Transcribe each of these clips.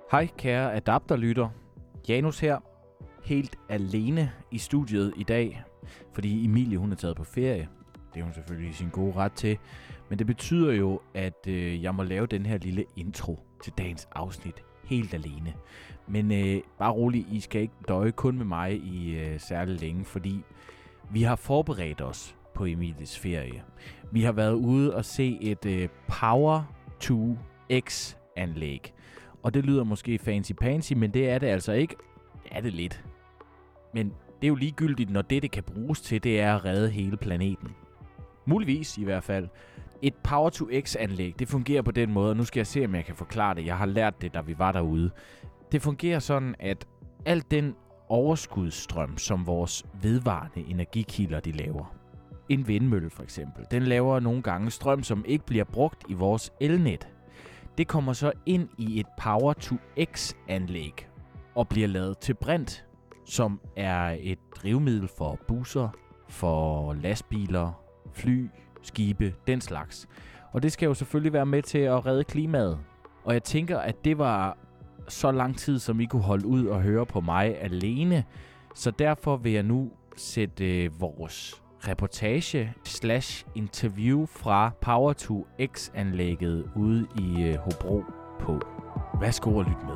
Hej kære adapterlytter. Janus her, helt alene i studiet i dag, fordi Emilie hun er taget på ferie. Det er hun selvfølgelig i sin gode ret til. Men det betyder jo, at jeg må lave den her lille intro til dagens afsnit helt alene. Men bare rolig, I skal ikke døje kun med mig i særlig længe, fordi vi har forberedt os på Emilies ferie. Vi har været ude og se et Power to X anlæg. Og det lyder måske fancy-pansy, men det er det altså ikke. Det er det lidt. Men det er jo ligegyldigt, når det kan bruges til, det er at redde hele planeten. Muligvis i hvert fald. Et Power to X anlæg, det fungerer på den måde, og nu skal jeg se, om jeg kan forklare det. Jeg har lært det, da vi var derude. Det fungerer sådan, at al den overskudsstrøm, som vores vedvarende energikilder de laver. En vindmølle for eksempel, den laver nogle gange strøm, som ikke bliver brugt i vores elnet. Det kommer så ind i et Power to X anlæg og bliver lavet til brint, som er et drivmiddel for busser, for lastbiler, fly, skibe, den slags. Og det skal jo selvfølgelig være med til at redde klimaet. Og jeg tænker, at det var så lang tid, som I kunne holde ud og høre på mig alene. Så derfor vil jeg nu sætte vores reportage/interview fra Power to X-anlægget ude i Hobro på. Værsgo og lyt med.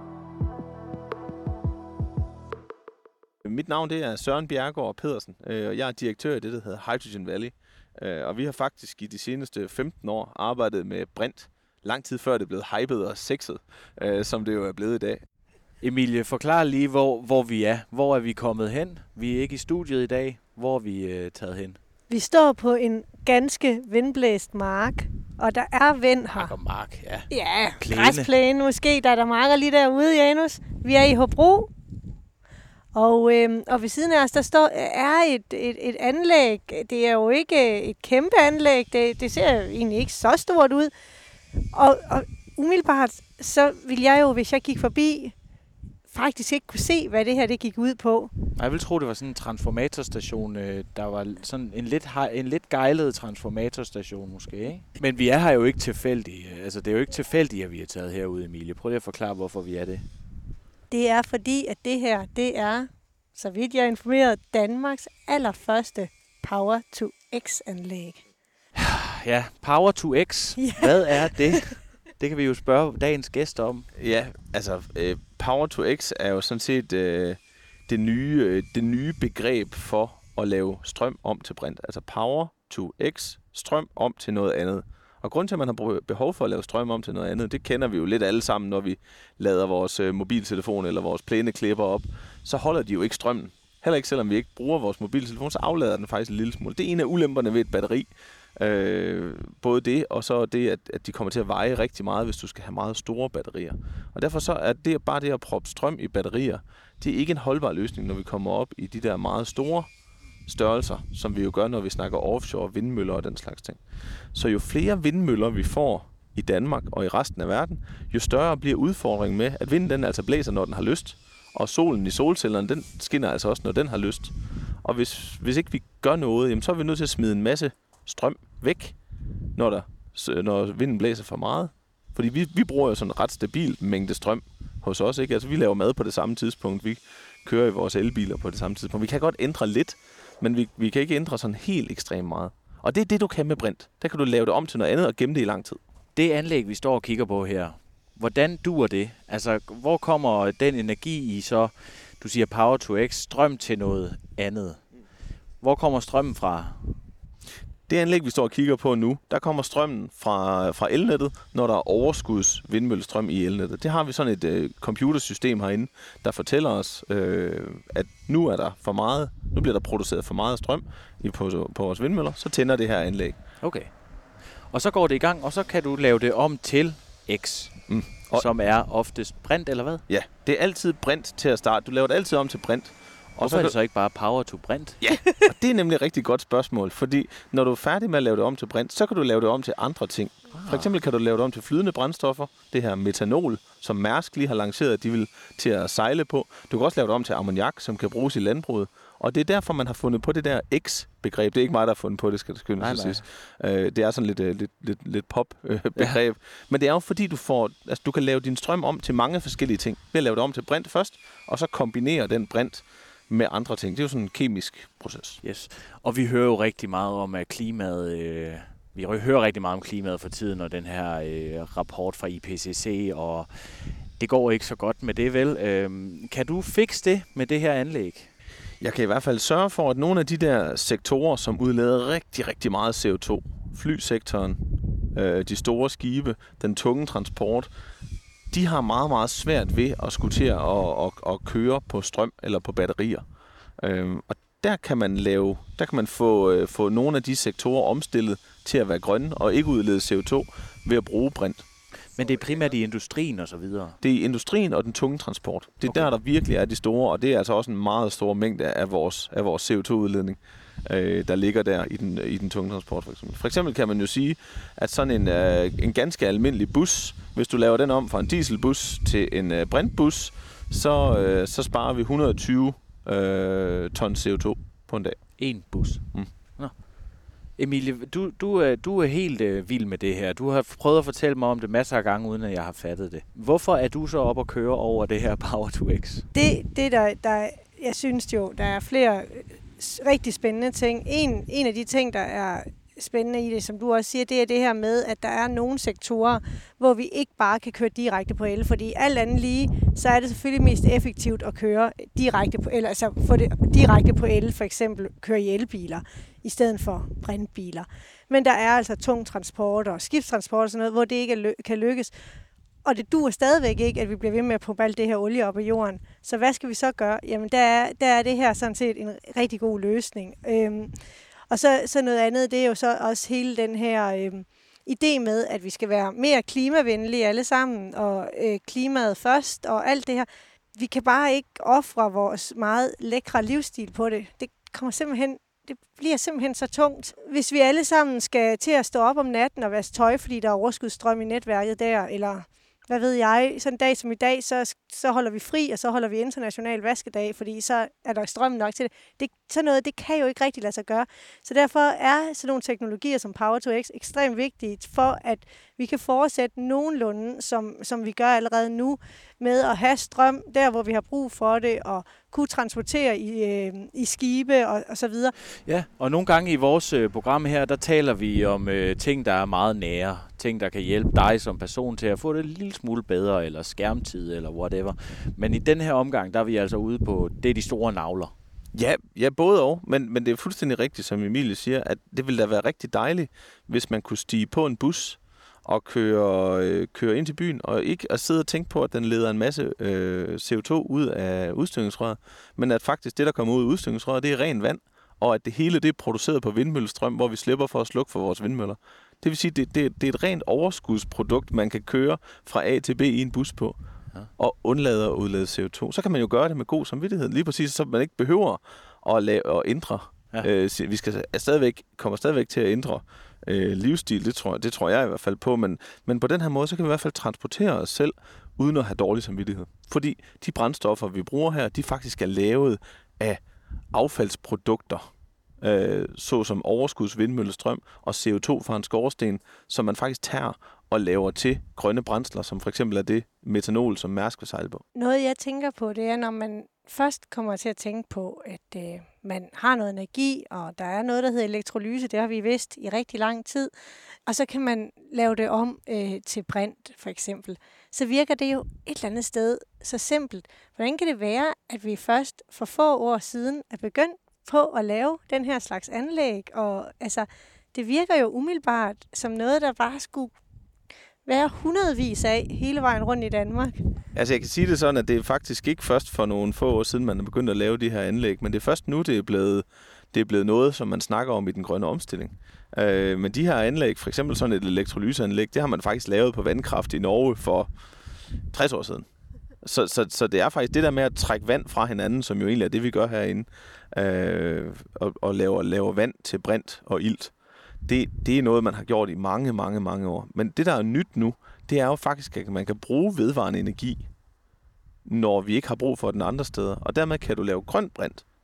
Mit navn det er Søren Bjerregaard Pedersen, og jeg er direktør i det, der hedder Hydrogen Valley. Og vi har faktisk i de seneste 15 år arbejdet med brint, lang tid før det blev hypet og sexet, som det jo er blevet i dag. Emilie, forklar lige, hvor vi er. Hvor er vi kommet hen? Vi er ikke i studiet i dag. Hvor er vi taget hen? Vi står på en ganske vindblæst mark, og der er vind her. Mark og mark, ja. Ja, græsplæne måske. Der er marker lige derude, Janus. Vi er i Hobro. Og ved siden af os, der er et anlæg. Det er jo ikke et kæmpe anlæg. Det ser egentlig ikke så stort ud. Og umiddelbart, så vil jeg jo, hvis jeg gik forbi, faktisk ikke kunne se, hvad det her det gik ud på. Jeg vil tro, det var sådan en transformatorstation. Der var sådan en lidt gejlet transformatorstation måske, ikke? Men vi er her jo ikke tilfældige. Altså, det er jo ikke tilfældigt, at vi er taget herude, Emilie. Prøv lige at forklare, hvorfor vi er det. Det er fordi, at det her, det er, så vidt jeg er informeret, Danmarks allerførste Power to X-anlæg. Ja, Power to X. Ja. Hvad er det? Det kan vi jo spørge dagens gæster om. Ja, altså Power to X er jo sådan set det nye begreb for at lave strøm om til brint. Altså Power to X, strøm om til noget andet. Og grunden til, at man har behov for at lave strøm om til noget andet, det kender vi jo lidt alle sammen, når vi lader vores mobiltelefon eller vores plæneklipper op. Så holder de jo ikke strømmen. Heller ikke selvom vi ikke bruger vores mobiltelefon, så aflader den faktisk en lille smule. Det er en af ulemperne ved et batteri. Både det, og så det, at de kommer til at veje rigtig meget, hvis du skal have meget store batterier. Og derfor så er det bare det at proppe strøm i batterier, det er ikke en holdbar løsning, når vi kommer op i de der meget store størrelser, som vi jo gør, når vi snakker offshore, vindmøller og den slags ting. Så jo flere vindmøller vi får i Danmark og i resten af verden, jo større bliver udfordringen med, at vinden den altså blæser, når den har lyst, og solen i solcellerne, den skinner altså også, når den har lyst. Og hvis ikke vi gør noget, jamen, så er vi nødt til at smide en masse strøm væk, når vinden blæser for meget. Fordi vi bruger jo sådan en ret stabil mængde strøm hos os, ikke? Altså vi laver mad på det samme tidspunkt, vi kører i vores elbiler på det samme tidspunkt. Vi kan godt ændre lidt, men vi kan ikke ændre sådan helt ekstremt meget. Og det er det, du kan med brint. Der kan du lave det om til noget andet og gemme det i lang tid. Det anlæg, vi står og kigger på her, hvordan duer det? Altså, hvor kommer den energi i så, du siger Power to X, strøm til noget andet? Hvor kommer strømmen fra? Det anlæg, vi står og kigger på nu, der kommer strømmen fra elnettet, når der er overskuds vindmøllestrøm i elnettet. Det har vi sådan et computersystem herinde, der fortæller os, at nu bliver der produceret for meget strøm på vores vindmøller, så tænder det her anlæg. Okay. Og så går det i gang, og så kan du lave det om til X, som er oftest brint, eller hvad? Ja, det er altid brint til at starte. Du laver det altid om til brint. Hvorfor er det så ikke bare Power to brint? Ja, og det er nemlig et rigtig godt spørgsmål, fordi når du er færdig med at lave det om til brint, så kan du lave det om til andre ting. For eksempel kan du lave det om til flydende brændstoffer, det her metanol, som Mærsk lige har lanceret, de vil til at sejle på. Du kan også lave det om til ammoniak, som kan bruges i landbruget. Og det er derfor, man har fundet på det der X-begreb. Det er ikke mig, der har fundet på det, skal det skyndes at sige. Det er sådan lidt pop-begreb. Men det er jo fordi, du kan lave din strøm om til mange forskellige ting. Ved at lave det om til brint først, og så kombinere den brint med andre ting. Det er jo sådan en kemisk proces. Yes. Og vi hører jo rigtig meget om at klimaet. Vi hører rigtig meget om klimaet for tiden, og den her rapport fra IPCC, og det går ikke så godt med det, vel? Kan du fikse det med det her anlæg? Jeg kan i hvert fald sørge for, at nogle af de der sektorer, som udleder rigtig, rigtig meget CO2, flysektoren, de store skibe, den tunge transport, de har meget, meget svært ved at skulle til at køre på strøm eller på batterier. Og der kan man få nogle af de sektorer omstillet til at være grønne og ikke udlede CO2 ved at bruge brint. Men det er primært i industrien og så videre? Det er industrien og den tunge transport. Det er der virkelig er de store, og det er altså også en meget stor mængde af vores CO2-udledning, der ligger der i den tunge transport, for eksempel. For eksempel kan man jo sige, at sådan en ganske almindelig bus, hvis du laver den om fra en dieselbus til en brintbus, så sparer vi 120 ton CO2 på en dag. En bus? Nå. Emilie, du er helt vild med det her. Du har prøvet at fortælle mig om det masser af gange, uden at jeg har fattet det. Hvorfor er du så op og køre over det her Power-to-X? Jeg synes jo, der er flere rigtig spændende ting. En af de ting, der er spændende i det, som du også siger, det er det her med, at der er nogle sektorer, hvor vi ikke bare kan køre direkte på el, fordi alt andet lige, så er det selvfølgelig mest effektivt at køre direkte på el, altså få det direkte på el, for eksempel køre i elbiler, i stedet for brintbiler. Men der er altså tung transport og skibstransport og sådan noget, hvor det ikke kan lykkes. Og det duer stadigvæk ikke, at vi bliver ved med at pumpe alt det her olie op i jorden. Så hvad skal vi så gøre? Jamen, der er det her sådan set en rigtig god løsning. Og så noget andet, det er jo så også hele den her idé med, at vi skal være mere klimavenlige alle sammen, og klimaet først, og alt det her. Vi kan bare ikke ofre vores meget lækre livsstil på det. Det bliver simpelthen så tungt. Hvis vi alle sammen skal til at stå op om natten og vaske tøj, fordi der er overskudsstrøm i netværket der, eller hvad ved jeg, sådan en dag som i dag, så holder vi fri, og så holder vi international vaskedag, fordi så er der strøm nok til det. Sådan noget, det kan jo ikke rigtig lade sig gøre. Så derfor er sådan nogle teknologier som Power-to-X ekstremt vigtige for, at vi kan fortsætte nogenlunde, som vi gør allerede nu, med at have strøm der, hvor vi har brug for det, og kunne transportere i skibe og så videre. Ja, og nogle gange i vores program her, der taler vi om ting, der er meget nære. Ting, der kan hjælpe dig som person til at få det en lille smule bedre, eller skærmtid, eller whatever. Men i den her omgang, der er vi altså ude på, det er de store navler. Ja, både og, men det er fuldstændig rigtigt, som Emilie siger, at det ville da være rigtig dejligt, hvis man kunne stige på en bus og køre ind til byen, og ikke at sidde og tænke på, at den leder en masse CO2 ud af udstødningsrøret, men at faktisk det, der kommer ud af udstødningsrøret, det er ren vand, og at det hele det er produceret på vindmøllestrøm, hvor vi slipper for at slukke for vores vindmøller. Det vil sige, det er et rent overskudsprodukt, man kan køre fra A til B i en bus på, og undlade at udlede CO2. Så kan man jo gøre det med god samvittighed, lige præcis, så man ikke behøver at ændre. Ja. Vi kommer stadigvæk til at ændre livsstil, det tror jeg i hvert fald på, men på den her måde, så kan vi i hvert fald transportere os selv, uden at have dårlig samvittighed. Fordi de brændstoffer, vi bruger her, de faktisk er lavet af affaldsprodukter, såsom overskudsvindmøllestrøm og CO2 fra en skorsten, som man faktisk tager og laver til grønne brændsler, som for eksempel er det metanol, som Mærsk vil sejle på. Noget, jeg tænker på, det er, når man først kommer til at tænke på, at man har noget energi, og der er noget, der hedder elektrolyse, det har vi vidst i rigtig lang tid, og så kan man lave det om til brint, for eksempel. Så virker det jo et eller andet sted så simpelt. Hvordan kan det være, at vi først for få år siden er begyndt på at lave den her slags anlæg? Og altså, det virker jo umiddelbart som noget, der bare skulle være hundredvis af hele vejen rundt i Danmark. Altså jeg kan sige det sådan, at det er faktisk ikke først for nogle få år siden, man er begyndt at lave de her anlæg, men det er først nu, det er blevet noget, som man snakker om i den grønne omstilling. Men de her anlæg, for eksempel sådan et elektrolyseanlæg, det har man faktisk lavet på vandkraft i Norge for 60 år siden. Så det er faktisk det der med at trække vand fra hinanden, som jo egentlig er det, vi gør herinde, og laver vand til brint og ilt. Det er noget, man har gjort i mange, mange, mange år. Men det, der er nyt nu, det er jo faktisk, at man kan bruge vedvarende energi, når vi ikke har brug for den andre steder. Og dermed kan du lave grøn brint.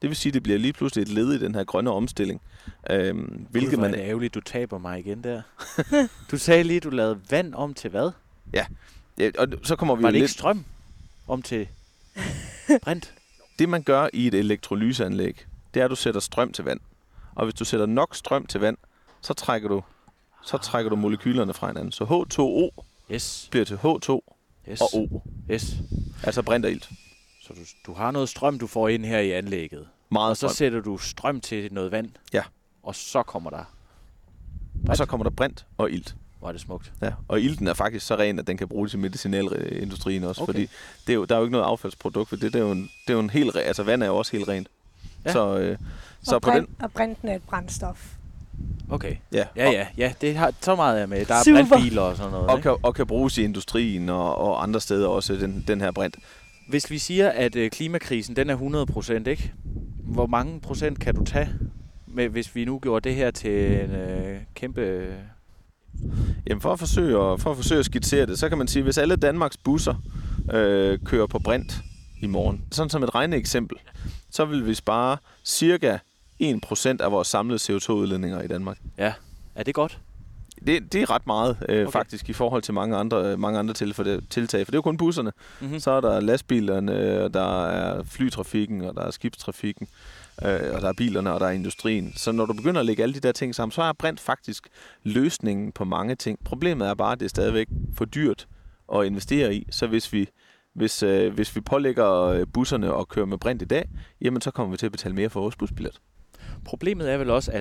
Det vil sige, at det bliver lige pludselig et led i den her grønne omstilling. Hvilket man er ærgerligt, du taber mig igen der. Du sagde lige, du lavede vand om til hvad? Ja, og så kommer vi var jo det lidt... ikke strøm om til brint? Det, man gør i et elektrolyseanlæg, det er, at du sætter strøm til vand. Og hvis du sætter nok strøm til vand, så trækker du molekylerne fra hinanden. Så H2O bliver til H2 og O. Yes. Altså brint og ilt. Så du har noget strøm, du får ind her i anlægget. Meget og så strøm. sætter du strøm til noget vand. Ja. Og så kommer der brint. Og så kommer der brint og ilt. Hvor er det smukt. Ja. Og ilten er faktisk så ren, at den kan bruges i medicinalindustrien også. Okay. Fordi der er jo ikke noget affaldsprodukt ved det. Det er jo en helt altså vand er jo også helt rent. Ja. Så på den... Og brinten er et brændstof. Okay. Ja. Ja, det har så meget jeg med. Der er Super. brintbiler og sådan noget. Og kan bruges i industrien og andre steder også, den her brint. Hvis vi siger, at klimakrisen den er 100%, ikke? Hvor mange procent kan du tage, hvis vi nu gjorde det her til en kæmpe... Jamen for at forsøge at skitsere det, så kan man sige, at hvis alle Danmarks busser kører på brint i morgen, sådan som et regneeksempel, så vil vi spare cirka 1% af vores samlede CO2-udledninger i Danmark. Ja, er det godt? Det er ret meget faktisk i forhold til mange andre tiltag, for det er jo kun busserne. Mm-hmm. Så er der lastbilerne, og der er flytrafikken, og der er skibstrafikken, og der er bilerne, og der er industrien. Så når du begynder at lægge alle de der ting sammen, så er brint faktisk løsningen på mange ting. Problemet er bare, at det er stadigvæk for dyrt at investere i. Så hvis vi pålægger busserne at køre med brint i dag, jamen så kommer vi til at betale mere for vores busbillet. Problemet er vel også,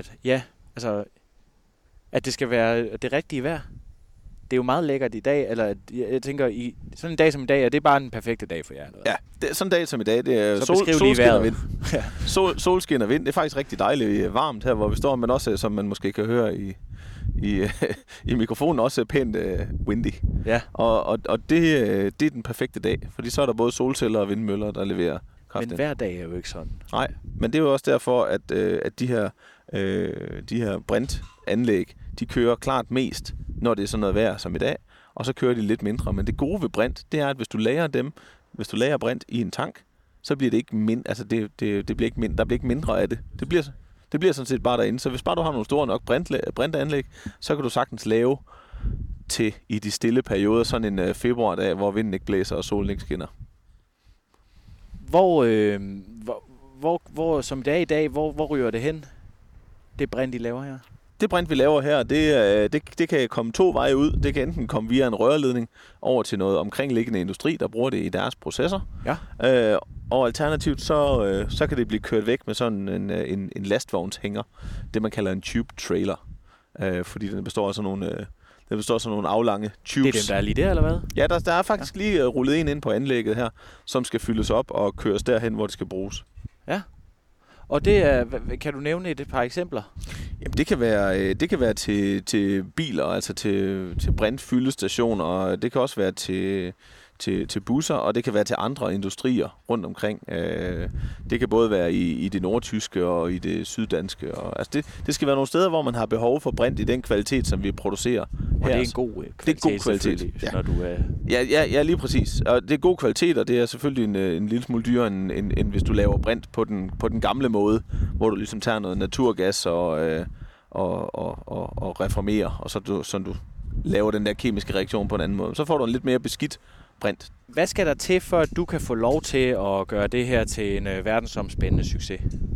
at det skal være det rigtige vejr. Det er jo meget lækkert i dag, eller jeg tænker, sådan en dag som i dag, er det bare en perfekte dag for jer? Eller? Ja, sådan en dag som i dag, det er solskin og vind. Solskin og vind, det er faktisk rigtig dejligt varmt her, hvor vi står, men også, som man måske kan høre i mikrofonen, også pænt windy. Ja. Og det er den perfekte dag, fordi så er der både solceller og vindmøller, der leverer kraft. Men hver dag er jo ikke sådan. Nej, men det er jo også derfor, at de her brintanlæg, de kører klart mest, når det er sådan noget vejr som i dag, og så kører de lidt mindre. Men det gode ved brint, det er, at hvis du lagrer brint i en tank, så bliver det ikke mindre, altså det bliver ikke mindre, der bliver ikke mindre af det. Det bliver sådan set bare derinde. Så hvis bare du har nogle store nok brintanlæg, så kan du sagtens lave til i de stille perioder, sådan en februardag, hvor vinden ikke blæser og solen ikke skinner. Hvor som det er i dag, hvor ryger det hen? Det brint, I laver her? Det brint, vi laver her, det kan komme 2 veje ud. Det kan enten komme via en rørledning over til noget omkringliggende industri, der bruger det i deres processer. Ja. Og alternativt, så kan det blive kørt væk med sådan en lastvognshænger. Det, man kalder en tube trailer. Fordi den består af sådan nogle aflange tubes. Det er dem, der er lige der, eller hvad? Ja, der er faktisk lige rullet en ind på anlægget her, som skal fyldes op og køres derhen, hvor det skal bruges. Ja. Og det er, kan du nævne et par eksempler? Jamen, det kan være til biler, altså til brintfyldestationer, og det kan også være til busser, og det kan være til andre industrier rundt omkring. Det kan både være i det nordtyske og i det syddanske. Og, altså det skal være nogle steder, hvor man har behov for brint i den kvalitet, som vi producerer. Og her. det er en god kvalitet, det er god kvalitet, ja. Når du er... Ja, lige præcis. Og det er god kvalitet, og det er selvfølgelig en lille smule dyrere, end hvis du laver brint på den gamle måde, hvor du ligesom tager noget naturgas og reformerer, og så du laver den der kemiske reaktion på en anden måde. Så får du en lidt mere beskidt brint. Hvad skal der til, for at du kan få lov til at gøre det her til en verdensomspændende succes?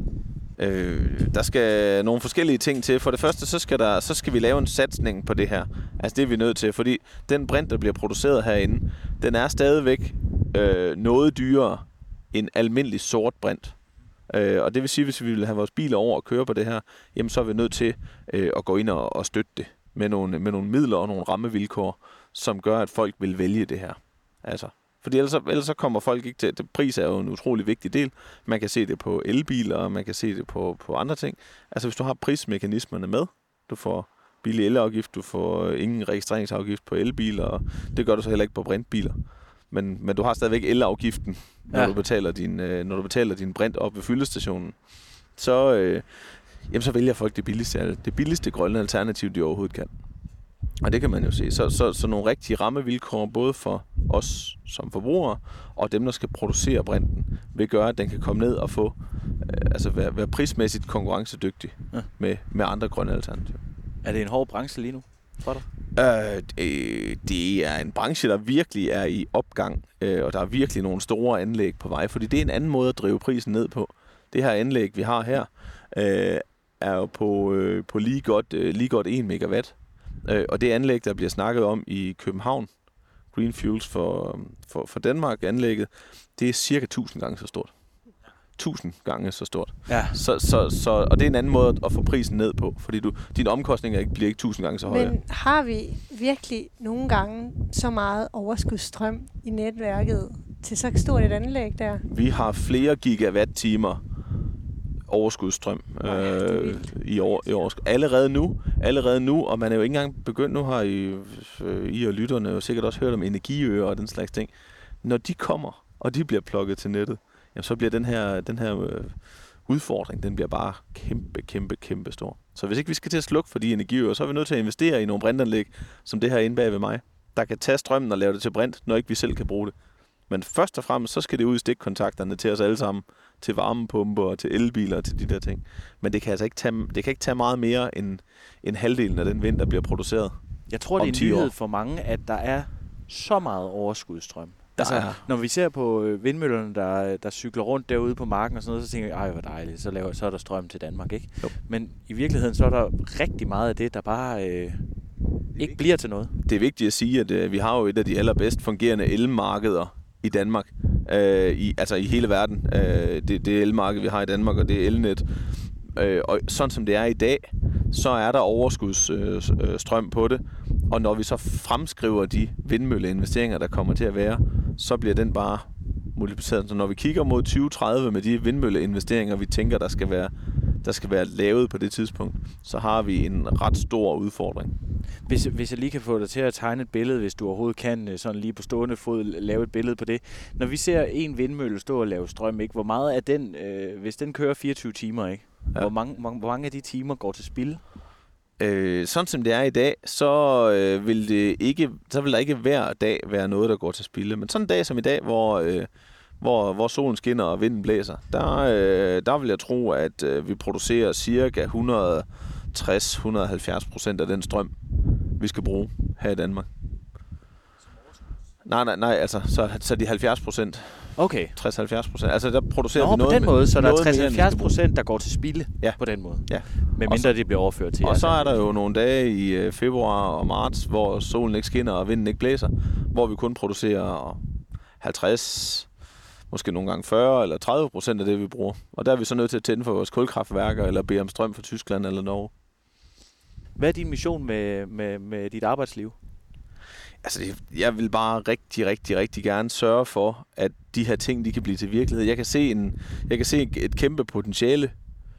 Der skal nogle forskellige ting til. For det første, så skal vi lave en satsning på det her. Altså det er vi nødt til, fordi den brint, der bliver produceret herinde, den er stadigvæk noget dyrere end almindelig sort brint. Og det vil sige, hvis vi vil have vores biler over og køre på det her, jamen så er vi nødt til at gå ind og støtte det med nogle midler og nogle rammevilkår, som gør, at folk vil vælge det her. Altså, fordi ellers så kommer folk ikke til... Pris er jo en utrolig vigtig del. Man kan se det på elbiler, og man kan se det på andre ting. Altså, hvis du har prismekanismerne med, du får billig elafgift, du får ingen registreringsafgift på elbiler, og det gør du så heller ikke på brintbiler. Men du har stadigvæk elafgiften, når du betaler din brint op ved fyldestationen. Så vælger folk det billigste grønne alternativ, de overhovedet kan. Og det kan man jo se. Så nogle rigtige rammevilkår, både for os som forbrugere, og dem, der skal producere brinten, vil gøre, at den kan komme ned og få, være prismæssigt konkurrencedygtig med andre grønne alternativer. Er det en hård branche lige nu for dig? Det er en branche, der virkelig er i opgang, og der er virkelig nogle store anlæg på vej, fordi det er en anden måde at drive prisen ned på. Det her anlæg, vi har her, er jo på lige godt 1 megawatt. Og det anlæg, der bliver snakket om i København, Green Fuels for Danmark anlægget, det er cirka 1000 gange så stort. 1000 gange så stort. Ja. Og det er en anden måde at få prisen ned på, fordi dine omkostninger bliver ikke 1000 gange så høje. Men har vi virkelig nogle gange så meget overskudsstrøm i netværket til så stort et anlæg der? Vi har flere gigawatt-timer overskudsstrøm i år. Allerede nu, og man er jo ikke engang begyndt nu her I og lytterne jo sikkert også hørt om energiøer og den slags ting. Når de kommer, og de bliver plukket til nettet, jamen, så bliver den her udfordring, den bliver bare kæmpe stor. Så hvis ikke vi skal til at slukke for de energiøer, så er vi nødt til at investere i nogle brintanlæg, som det her inde bag ved mig, der kan tage strømmen og lave det til brint, når ikke vi selv kan bruge det. Men først og fremmest, så skal det ud i stikkontakterne til os alle sammen, til varmepumper og til elbiler og til de der ting. Men det kan altså ikke tage meget mere end halvdelen af den vind, der bliver produceret. Jeg tror, det er en nyhed for mange, at der er så meget overskudsstrøm. Når vi ser på vindmøllerne, der cykler rundt derude på marken og sådan noget, så tænker jeg, ej, hvor dejligt, så er der strøm til Danmark, ikke? Jo. Men i virkeligheden, så er der rigtig meget af det, der bare ikke bliver til noget. Det er vigtigt at sige, at vi har jo et af de allerbedst fungerende elmarkeder i Danmark, i hele verden. Det elmarked, vi har i Danmark, og det er elnet. Og sådan som det er i dag, så er der overskudsstrøm på det. Og når vi så fremskriver de vindmølleinvesteringer, der kommer til at være, så bliver den bare multipliceret. Så når vi kigger mod 2030 med de vindmølleinvesteringer, vi tænker, der skal være lavet på det tidspunkt, så har vi en ret stor udfordring. Hvis jeg lige kan få dig til at tegne et billede, hvis du overhovedet kan sådan lige på stående fod lave et billede på det. Når vi ser en vindmølle stå og lave strøm, ikke? Hvor meget af den, hvis den kører 24 timer, ikke? Ja. Hvor mange af de timer går til spilde? Sådan som det er i dag, så vil der ikke hver dag være noget, der går til spilde. Men sådan en dag som i dag, hvor solen skinner og vinden blæser, der vil jeg tro, at vi producerer cirka 160-170% af den strøm, vi skal bruge her i Danmark. Nej, altså så de 70%. Okay. 60-70%. Altså der producerer vi noget. På den måde, så der er 60-70%, der går til spilde på den måde. Ja. Med mindre det bliver overført til. Og så er der jo nogle dage i februar og marts, hvor solen ikke skinner og vinden ikke blæser, hvor vi kun producerer 50, måske nogle gange 40 eller 30% af det, vi bruger. Og der er vi så nødt til at tænde for vores kulkraftværker eller bede om strøm fra Tyskland eller Norge. Hvad er din mission med dit arbejdsliv? Altså, jeg vil bare rigtig gerne sørge for, at de her ting, de kan blive til virkelighed. Jeg kan se et kæmpe potentiale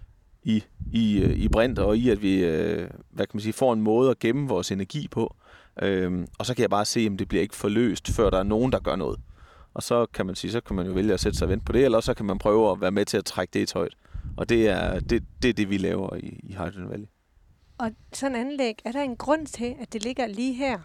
i brint, og i at vi får en måde at gemme vores energi på. Og så kan jeg bare se, om det bliver ikke forløst, før der er nogen, der gør noget. Og så kan man sige, så kan man jo vælge at sætte sig og vente på det, eller så kan man prøve at være med til at trække det i tøjet. Og det er det, vi laver i Hydrogen Valley. Og sådan en anlæg, er der en grund til, at det ligger lige her?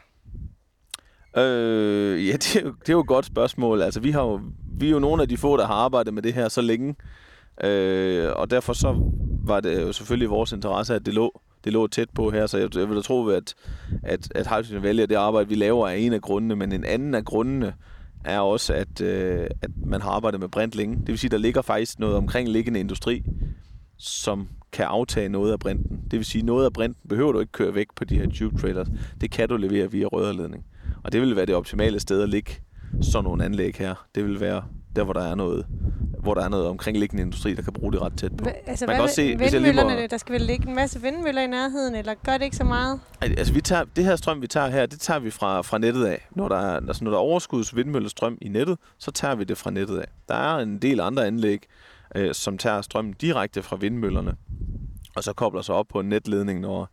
Ja, det er jo et godt spørgsmål. Altså, vi er jo nogle af de få, der har arbejdet med det her så længe. Og derfor så var det jo selvfølgelig vores interesse, at det lå tæt på her. Så jeg vil da tro, at Hydrogen Valley og det arbejde, vi laver, er en af grundene. Men en anden af grundene er også, at man har arbejdet med brint længe. Det vil sige, der ligger faktisk noget omkringliggende industri, som kan aftage noget af brinten. Det vil sige, noget af brinten behøver du ikke køre væk på de her tube trailers. Det kan du levere via rødledning. Og det vil være det optimale sted at ligge sådan nogle anlæg her. Det vil være der, hvor der er noget omkringliggende industri, der kan bruge det ret tæt på. Altså, man kan også se, vindmøllerne, der skal vel ligge en masse vindmøller i nærheden, eller gør det ikke så meget? Altså, det her strøm, vi tager her, det tager vi fra nettet af. Når der er overskuds vindmøllestrøm i nettet, så tager vi det fra nettet af. Der er en del andre anlæg, som tager strøm direkte fra vindmøllerne, og så kobler sig op på en netledning, når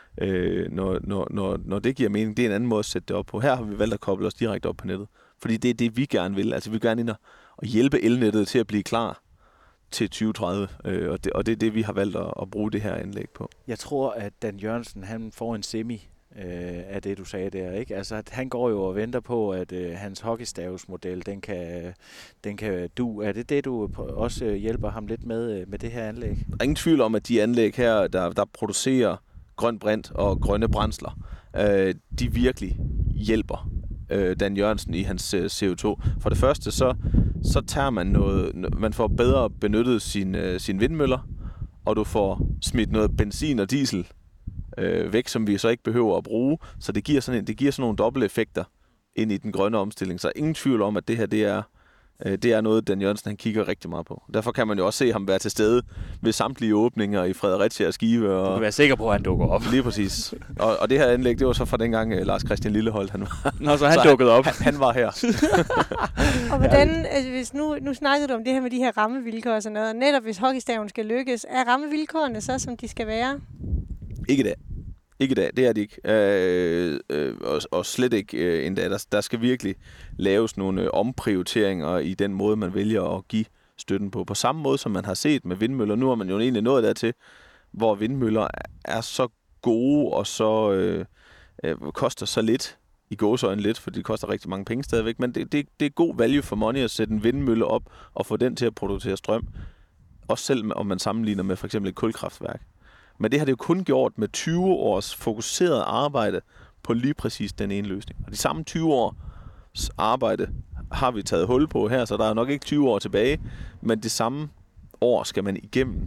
det giver mening. Det er en anden måde at sætte det op på. Her har vi valgt at koble os direkte op på nettet, fordi det er det, vi gerne vil. Altså, vi vil gerne ind og hjælpe elnettet til at blive klar til 2030, og det er det, vi har valgt at bruge det her anlæg på. Jeg tror, at Dan Jørgensen, han får en semi af det, du sagde der, ikke? Altså, at han går jo og venter på, at hans hockeystavsmodel, den kan du. Er det, du også hjælper ham lidt med det her anlæg? Der er ingen tvivl om, at de anlæg her, der producerer grøn brint og grønne brændsler, de virkelig hjælper Dan Jørgensen i hans CO2. For det første, så tager man får bedre benyttet sine vindmøller, og du får smidt noget benzin og diesel væk, som vi så ikke behøver at bruge. Så det giver sådan nogle dobbelte effekter ind i den grønne omstilling. Så ingen tvivl om, at det her, det er noget, Dan Jørgensen han kigger rigtig meget på. Derfor kan man jo også se ham være til stede ved samtlige åbninger i Fredericia og Skive. Og du kan være sikker på, at han dukker op. Lige præcis. Og det her anlæg, det var så fra dengang Lars Christian Lillehold, han var. Nå, så han dukkede op. Han var her. Og hvordan, hvis nu snakkede du om det her med de her rammevilkår og sådan noget, og netop hvis hockeystaven skal lykkes, er rammevilkårene så, som de skal være? Ikke i dag, det er det ikke. Og slet ikke endda. Der skal virkelig laves nogle omprioriteringer i den måde, man vælger at give støtten på. På samme måde, som man har set med vindmøller. Nu har man jo egentlig nået dertil, hvor vindmøller er så gode og så koster så lidt, i gåseøjne lidt, for det koster rigtig mange penge stadigvæk. Men det er god value for money at sætte en vindmølle op og få den til at producere strøm. Også selv om man sammenligner med for eksempel et kulkraftværk. Men det har det jo kun gjort med 20 års fokuseret arbejde på lige præcis den ene løsning. Og de samme 20 års arbejde har vi taget hul på her, så der er nok ikke 20 år tilbage, men det samme år skal man igennem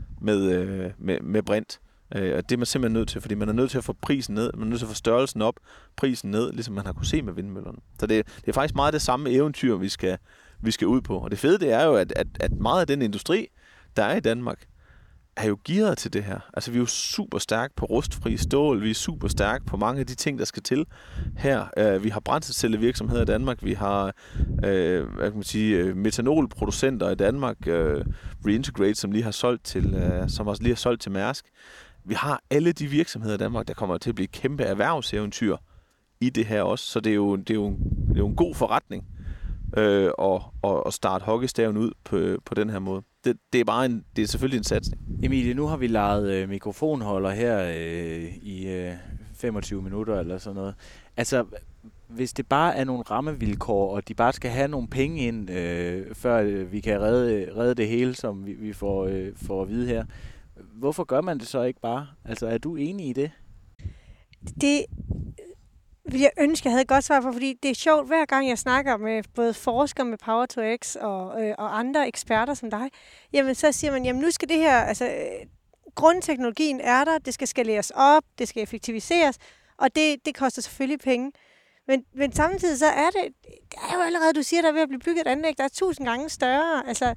med brint. Og det er man simpelthen nødt til, fordi man er nødt til at få prisen ned, man er nødt til at få størrelsen op, prisen ned, ligesom man har kunne se med vindmøllerne. Så det er faktisk meget det samme eventyr, vi skal ud på. Og det fede, det er jo, at meget af den industri, der er i Danmark, er jo gearet til det her. Altså, vi er jo super stærke på rustfri stål, vi er super stærke på mange af de ting, der skal til her. Vi har brændselscellevirksomheder i Danmark, vi har metanolproducenter i Danmark, Reintegrate, som lige har solgt til Mærsk. Vi har alle de virksomheder i Danmark, der kommer til at blive kæmpe erhvervseventyr i det her også, så det er jo en god forretning at starte hockeystaven ud på den her måde. Det er selvfølgelig en satsning. Emilie, nu har vi lejet mikrofonholder her i 25 minutter eller sådan noget. Altså, hvis det bare er nogle rammevilkår, og de bare skal have nogle penge ind, før vi kan redde det hele, som vi får at vide her, hvorfor gør man det så ikke bare? Altså, er du enig i det? Det vil jeg ønske, jeg havde et godt svar på, fordi det er sjovt, hver gang jeg snakker med både forskere med Power-to-X og andre eksperter som dig, jamen så siger man, jamen nu skal det her, altså grundteknologien er der, det skal skaleres op, det skal effektiviseres, og det koster selvfølgelig penge. Men samtidig så er det er jo allerede, du siger, der er ved at blive bygget et anlæg, der er 1000 gange større. Altså,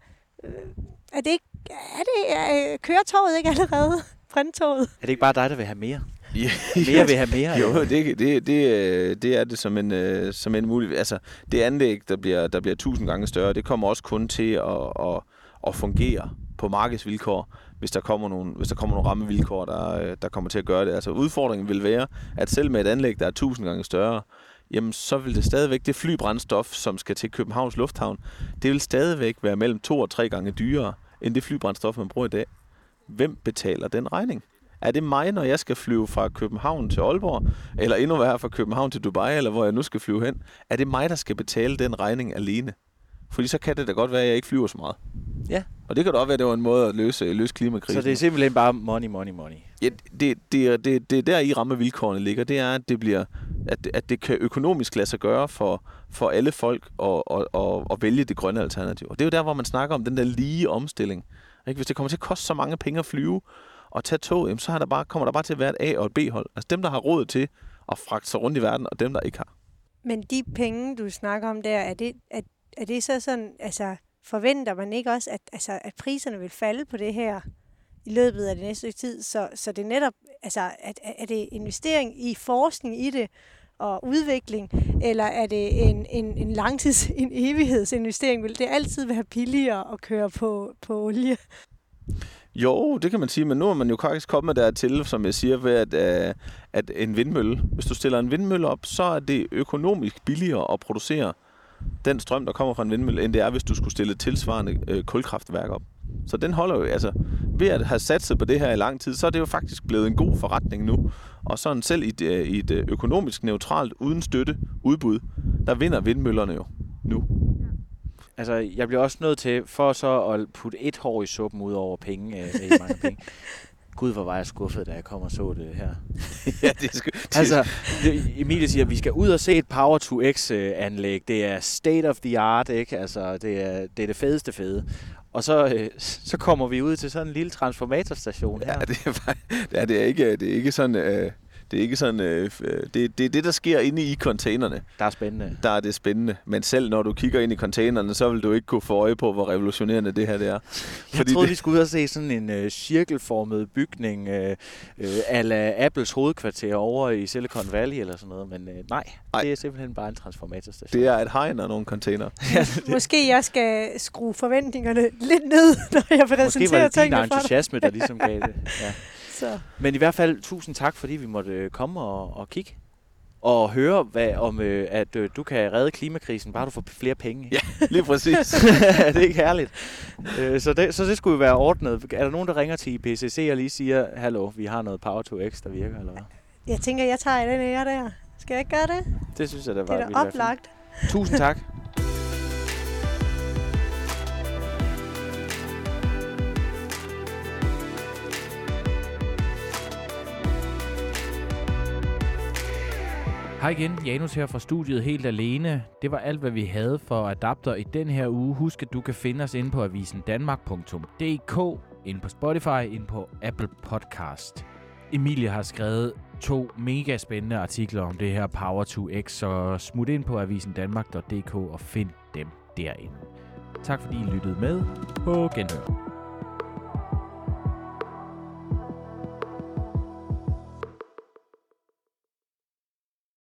er køretøjet ikke allerede brinttoget? Er det ikke bare dig, der vil have mere? Mere vil have mere. Jo, det er det som en mulighed. Altså, det anlæg, der bliver 1000 gange større, det kommer også kun til at fungere på markedsvilkår, hvis der kommer nogle rammevilkår, der kommer til at gøre det. Altså, udfordringen vil være, at selv med et anlæg, der er 1000 gange større, jamen så vil det stadigvæk, det flybrændstof, som skal til Københavns Lufthavn, det vil stadigvæk være mellem 2 og 3 gange dyrere, end det flybrændstof, man bruger i dag. Hvem betaler den regning? Er det mig, når jeg skal flyve fra København til Aalborg, eller endnu værre fra København til Dubai, eller hvor jeg nu skal flyve hen? Er det mig, der skal betale den regning alene? Fordi så kan det da godt være, at jeg ikke flyver så meget. Ja. Og det kan da også være, at det var en måde at løse klimakrisen. Så det er simpelthen bare money. Ja, det der i rammevilkårene ligger, det er, at det bliver, at det kan økonomisk lade sig gøre for alle folk at vælge det grønne alternativ. Og det er jo der, hvor man snakker om den der lige omstilling. Ikke? Hvis det kommer til at koste så mange penge at flyve og tage tog, så kommer der bare til at være et A- og et B-hold. Altså dem, der har råd til at fragte sig rundt i verden, og dem, der ikke har. Men de penge, du snakker om der, er det så sådan, altså forventer man ikke også, at priserne vil falde på det her i løbet af det næste tid, så det netop, altså er det investering i forskning i det og udvikling, eller er det en en evighedsinvestering? Vil det altid være billigere at køre på olie? Jo, det kan man sige, men nu er man jo faktisk kommet dertil, som jeg siger, ved at en vindmølle, hvis du stiller en vindmølle op, så er det økonomisk billigere at producere den strøm, der kommer fra en vindmølle, end det er, hvis du skulle stille et tilsvarende kulkraftværk op. Så den holder jo, altså ved at have satset på det her i lang tid, så er det jo faktisk blevet en god forretning nu. Og sådan selv i et økonomisk neutralt, uden støtte, udbud, der vinder vindmøllerne jo nu. Altså, jeg bliver også nødt til, for så at putte et hår i suppen ud over penge, mange penge. Gud, hvor var jeg skuffet, da jeg kom og så det her. Ja, det er altså, Emilie siger, at vi skal ud og se et Power-to-X-anlæg. Det er state of the art, ikke? Altså, det er det fedeste fede. Og så kommer vi ud til sådan en lille transformatorstation her. Ja, det er ikke sådan... Det er ikke sådan, det er det, der sker inde i containerne. Der er spændende. Der er det spændende. Men selv når du kigger ind i containerne, så vil du ikke kunne få øje på, hvor revolutionerende det her det er. Jeg troede, vi skulle ud og se sådan en cirkelformet bygning a la Apples hovedkvarter over i Silicon Valley eller sådan noget. Men nej, det er simpelthen bare en transformatorstation. Det er et hegn og nogle container. Måske jeg skal skrue forventningerne lidt ned, når jeg præsenterer tingene for dig. Måske var det din entusiasme, der ligesom gav det. Ja. Så. Men i hvert fald, tusind tak, fordi vi måtte komme og kigge. Og høre, at du kan redde klimakrisen, bare du får flere penge. Ja, lige præcis. Det er ikke herligt. Så det skulle jo være ordnet. Er der nogen, der ringer til IPCC og lige siger, hallo, vi har noget Power to X, der virker, eller hvad? Jeg tænker, jeg tager den ære der. Skal jeg ikke gøre det? Det synes jeg, det var. Det er da oplagt. Tusind tak. Hej igen, Janus her fra studiet helt alene. Det var alt, hvad vi havde for Adapter i den her uge. Husk, at du kan finde os inde på avisendanmark.dk, inde på Spotify, inde på Apple Podcast. Emilie har skrevet 2 mega spændende artikler om det her Power to X, så smut ind på avisendanmark.dk og find dem derinde. Tak fordi I lyttede med. På genhør.